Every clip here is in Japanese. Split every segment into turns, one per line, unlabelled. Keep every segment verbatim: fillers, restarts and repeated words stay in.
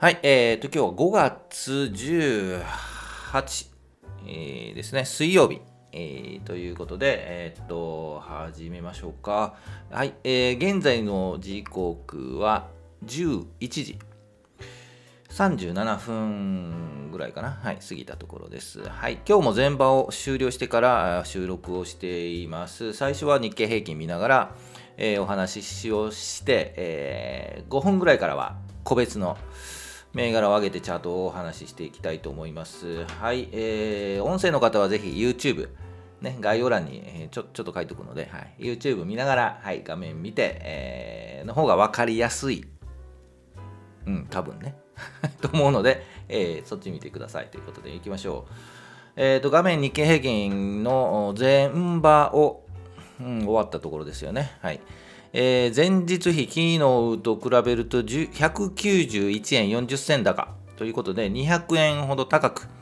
はい、えーと、今日はごがつじゅうはち、えーですね、水曜日、えーということで、えーと、始めましょうか。はい、えー現在の時刻はじゅういちじさんじゅうななふんぐらいかな。はい、過ぎたところです。はい、今日も前場を終了してからあ収録をしています。最初は日経平均見ながら、えーお話しをして、えーごふんぐらいからは個別の銘柄を上げてチャートをお話ししていきたいと思います。はい、えー、音声の方はぜひ YouTube、ね、概要欄に、えーちょちょっと書いておくので、はい、YouTube 見ながら、はい、画面見て、えーの方が分かりやすい。うん、多分ね。と思うので、えーそっち見てくださいということでいきましょう。えーと、画面日経平均の前場を、うん、終わったところですよね。はい。えー前日比、昨日と比べるとひゃくきゅうじゅういちえんよんじゅっせん高ということで、にひゃくえんほど高く、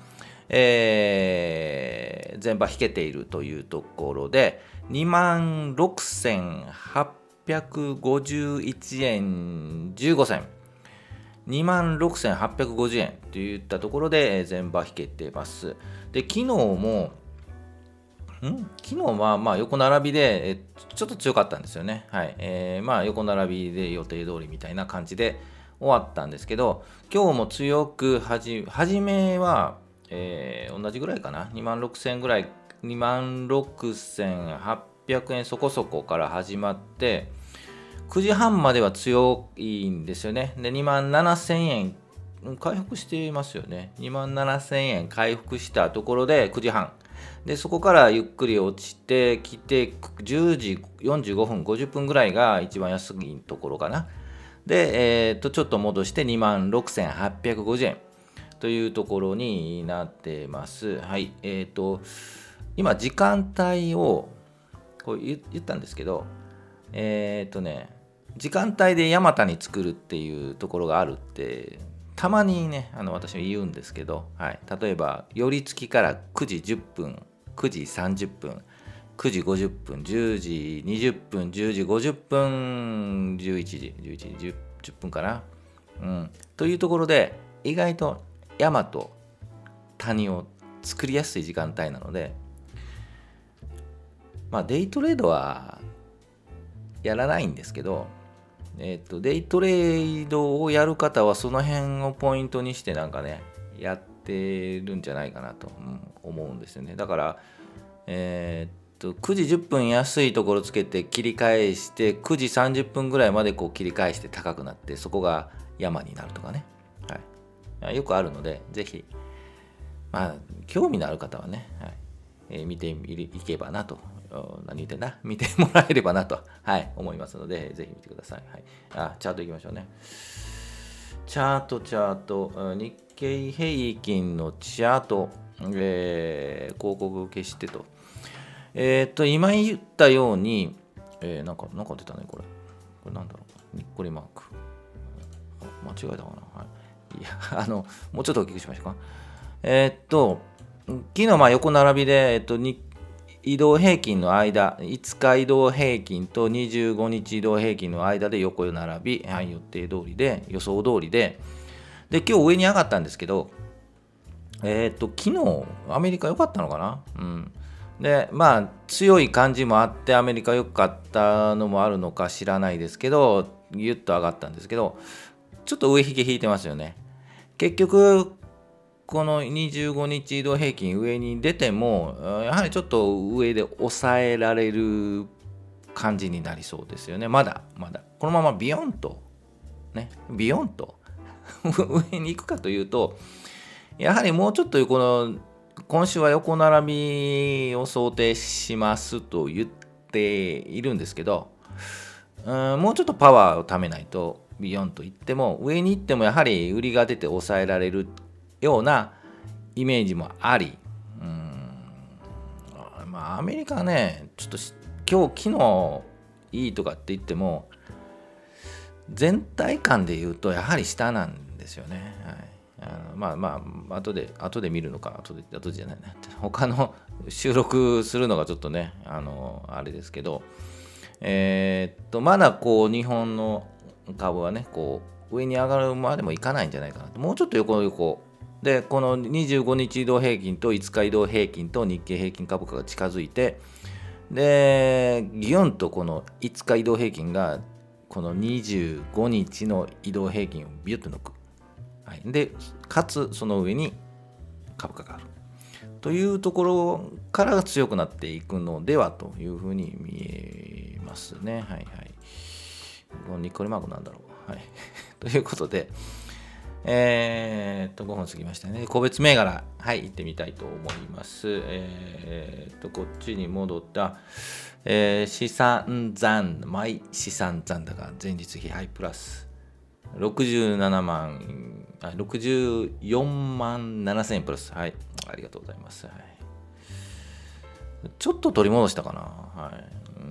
えー前場引けているというところで、にまんろくせんはっぴゃくごじゅういちえんじゅうごせん。にまんろくせんはっぴゃくごじゅうえんといったところで前場引けています。で、昨日も、ん昨日はまあ横並びでえちょっと強かったんですよね。はい。えーまあ横並びで予定通りみたいな感じで終わったんですけど、今日も強くはじ、初めは、えー同じぐらいかな。にまんろくせんぐらい、にまんろくせんはっぴゃくえんそこそこから始まって、くじはんまでは強いんですよね。で、にまんななせんえん回復していますよね。にまんななせんえん回復したところでくじはん。で、そこからゆっくり落ちてきて、じゅうじよんじゅうごふん、ごじゅっぷんぐらいが一番安いところかな。で、えーっと、ちょっと戻してにまんろくせんはっぴゃくごじゅうえんというところになってます。はい。えーっと、今、時間帯をこう言言ったんですけど、えーっとね、時間帯でヤマタに作るっていうところがあるってたまにねあの私は言うんですけど、はい、例えば寄り付きからくじじゅっぷん、くじさんじゅっぷん、くじごじゅっぷん、じゅうじにじゅっぷん、じゅうじごじゅっぷん、じゅういちじ、じゅういちじじゅっぷんかな、うん、というところで意外とヤマと谷を作りやすい時間帯なので、まあデイトレードはやらないんですけど、えっと、デイトレードをやる方はその辺をポイントにしてなんかね、やってるんじゃないかなと、うん、思うんですよね。だから、えーっと、くじじゅっぷん安いところつけて切り返して、くじさんじゅっぷんぐらいまでこう切り返して高くなって、そこが山になるとかね。はい、よくあるので、ぜひ、まあ、興味のある方はね、はい、えー見ていけばなと。何言ってんだ見てもらえればなと、はい、思いますので、ぜひ見てください。はい、あチャートいきましょうね。チャート、チャート、日経平均のチャート、えー広告消してと。えーっと、今言ったように、えーなんか、なんか出たね、これ。これなんだろう。にっこりマーク。あ間違えたかな。はい。いや、あの、もうちょっと大きくしましょうか。えーっと、昨日まあ横並びで、えっと、日移動平均の間、いつか移動平均とにじゅうごにち移動平均の間で横並び、はい、予定通りで、予想通りで、で、今日上に上がったんですけど、えーっと、昨日、アメリカ良かったのかな、うん。で、まあ、強い感じもあって、アメリカ良かったのもあるのか知らないですけど、ぎゅっと上がったんですけど、ちょっと上引き引いてますよね。結局、このにじゅうごにち移動平均上に出ても、やはりちょっと上で抑えられる感じになりそうですよね。まだ、まだ。このままビヨンと、ね、ビヨンと上に行くかというと、やはりもうちょっとこの、今週は横並びを想定しますと言っているんですけど、うんもうちょっとパワーをためないと、ビヨンといっても、上に行ってもやはり売りが出て抑えられるようなイメージもあり、うーんまあアメリカはね、ちょっと今日昨日いいとかって言っても全体感で言うとやはり下なんですよね。はい、あのまあまあ後で後で見るのか後で後でじゃないな他の収録するのがちょっとねあのあれですけど、えー、っとまだこう日本の株はねこう上に上がるまでもいかないんじゃないかなと。もうちょっと横横で、このにじゅうごにち移動平均といつか移動平均と日経平均株価が近づいて、でギュンとこのいつか移動平均がこのにじゅうごにちの移動平均をビュッと抜く、はい、でかつその上に株価があるというところから強くなっていくのではというふうに見えますね。はいはい。このニッコリマークなんだろう。はい。ということで、えー、っとごほん過ぎましたね。個別銘柄、はい、行ってみたいと思います。えー、っとこっちに戻った、えー、資産残、毎資産残高、前日比ハイプラスろくじゅうななまん、あろくじゅうよんまんななせんえんプラス、はい、ありがとうございます。はい、ちょっと取り戻したかな。はい、うん、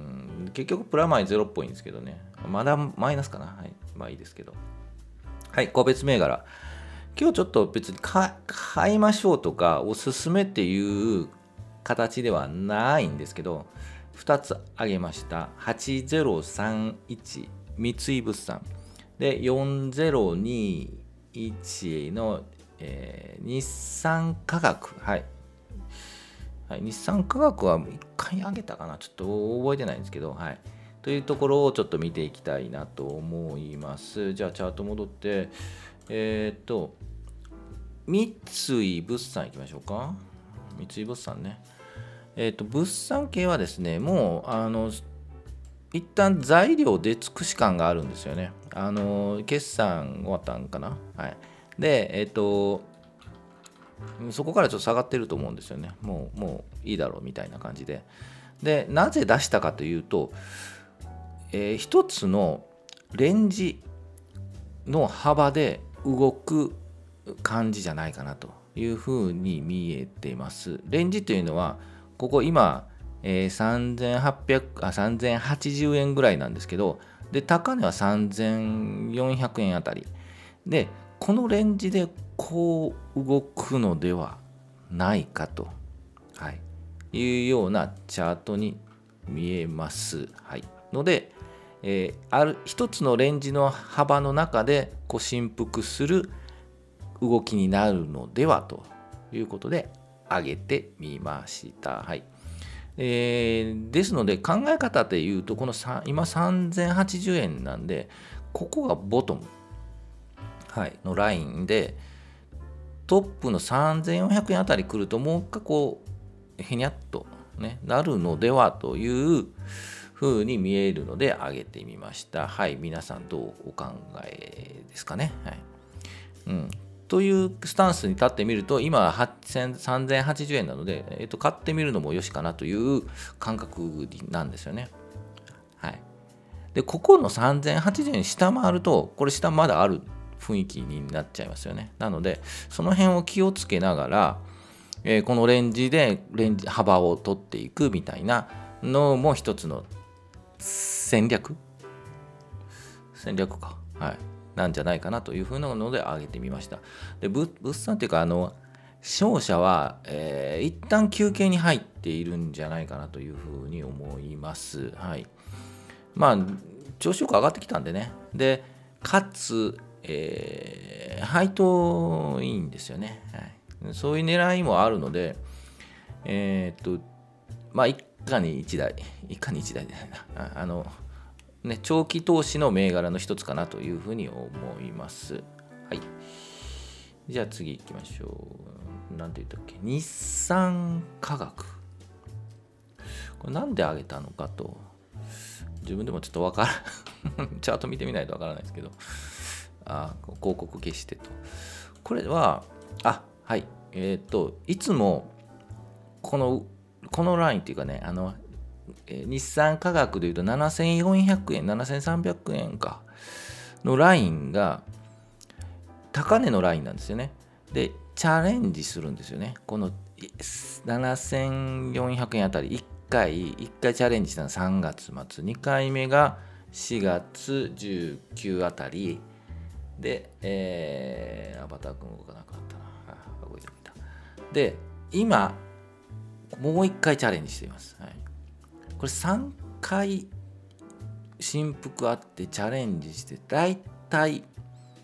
結局プラマイゼロっぽいんですけどね。まだマイナスかな。はい、まあいいですけど。はい、個別銘柄。今日ちょっと別に買いましょうとかおすすめっていう形ではないんですけど、ふたつ挙げました。はちぜろさんいち三井物産でよんぜろにいちの、えー、日産化学、はい、はい、日産化学はいっかい上げたかな、ちょっと覚えてないんですけど、はい、というところをちょっと見ていきたいなと思います。じゃあチャート戻って、えっ、ー、と三井物産いきましょうか。三井物産ね。えっ、ー、と物産系はですね、もうあの一旦材料出尽くし感があるんですよね。あの決算終わったんかな。はい。で、えっ、ー、とそこからちょっと下がってると思うんですよね。もうもういいだろうみたいな感じで。で、なぜ出したかというと、えー、一つのレンジの幅で動く感じじゃないかなというふうに見えています。レンジというのはここ今、えー、さんぜんはっぴゃくあさんぜんはちじゅうえんぐらいなんですけど、で高値はさんぜんよんひゃくえんあたりで、このレンジでこう動くのではないかと、はい、いうようなチャートに見えます。はい、ので、えー、ある一つのレンジの幅の中でこう振幅する動きになるのではということで上げてみました。はい、えー、ですので考え方でいうとこの今さんぜんはちじゅうえんなんで、ここがボトム、はい、のラインで、トップのさんぜんよんひゃくえんあたり来るともう一回こうへにゃっと、ね、なるのではという風に見えるので上げてみました。はい、皆さんどうお考えですかね。はい、うん、というスタンスに立ってみると、今はさんぜんはちじゅうえんなので、えー、と買ってみるのもよしかなという感覚なんですよね。はい、でここのさんぜんはちじゅうえん下回ると、これ下まだある雰囲気になっちゃいますよね。なのでその辺を気をつけながら、えー、このレンジでレンジ幅を取っていくみたいなのも一つの戦略戦略か、はい、なんじゃないかなというふうなので上げてみました。で物産っていうか、あの商社は、えー、一旦休憩に入っているんじゃないかなというふうに思います。はい、まあ調子よく上がってきたんでね。でかつ、えー、配当いいんですよね。はい、そういう狙いもあるので、えー、っとまあ一家に一台一家に一台じゃないな、あのね、長期投資の銘柄の一つかなというふうに思います。はい。じゃあ次行きましょう。なんて言ったっけ、日産化学。これなんで上げたのかと、自分でもちょっとわからんチャート見てみないとわからないですけど、あ広告消してと。これは、あ、はい。えっ、ー、と、いつもこの、このラインっていうかね、あの、えー、日産化学でいうとななせんよんひゃくえん、ななせんさんびゃくえんかのラインが高値のラインなんですよね。で、チャレンジするんですよね。このななせんよんひゃくえんあたりいっかい、いっかいチャレンジしたのさんがつ末、にかいめがしがつじゅうくにちあたりで、えー、アバター君動かなかったな。あ、動いた動いた。で、今、もういっかいチャレンジしています。はい、これさんかい振幅あってチャレンジして、だいたい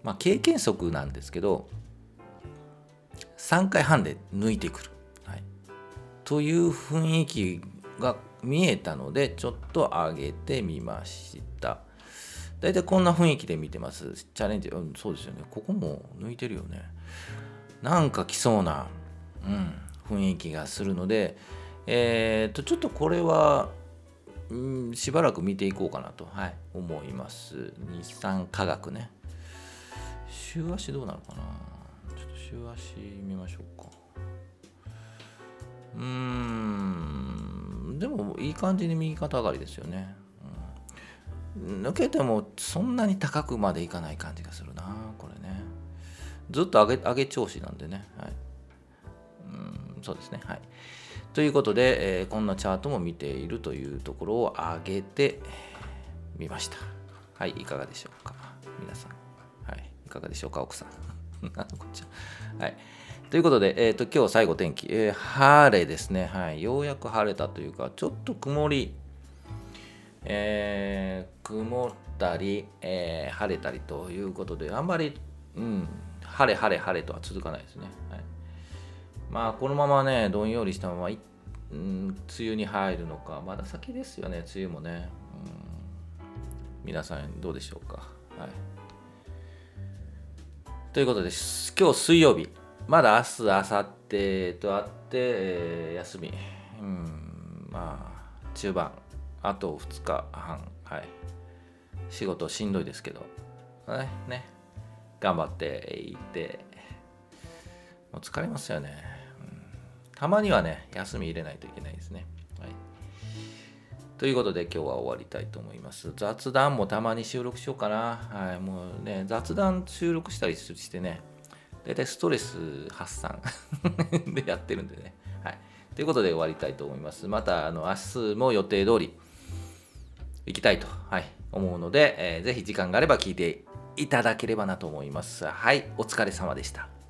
まあ、経験則なんですけどさんかいはんで抜いてくる、はい、という雰囲気が見えたのでちょっと上げてみました。だいたいこんな雰囲気で見てます。チャレンジ、うん、そうですよね。ここも抜いてるよね。なんか来そうな、うん、雰囲気がするので、えー、とちょっとこれは、うん、しばらく見ていこうかなと、はい、思います。日産科学ね。週足どうなのかな。ちょっと週足見ましょうか。うーん、でもいい感じに右肩上がりですよね。抜けてもそんなに高くまでいかない感じがするな、これね。ずっと上げ上げ調子なんでね、はい、うん、そうですね、はい。ということで、えー、こんなチャートも見ているというところを上げてみました。はい、いかがでしょうか皆さん。はい、いかがでしょうか奥さん。なんこっちゃ。はい。ということで、えーと、今日最後天気、えー、晴れですね。はい、ようやく晴れたというか、ちょっと曇り、えー、曇ったり、えー、晴れたりということで、あんまり、うん、晴れ晴れ晴れとは続かないですね。はい、まあ、このままね、どんよりしたまま、うん、梅雨に入るのか、まだ先ですよね、梅雨もね。うん、皆さんどうでしょうか。はい、ということです。今日水曜日、まだ明日、明後日とあって、えー、休み。うん、まあ、中盤。あとふつかはん、はい、仕事しんどいですけど、ね、ね頑張っていって、もう疲れますよね、うん。たまにはね、休み入れないといけないですね。はい、ということで今日は終わりたいと思います。雑談もたまに収録しようかな。はい、もうね、雑談収録したりしてね、だいたいストレス発散でやってるんでね。はい、ということで終わりたいと思います。またあの明日も予定通り行きたいと、はい、思うので、えー、ぜひ時間があれば聞いていただければなと思います。はい、お疲れ様でした。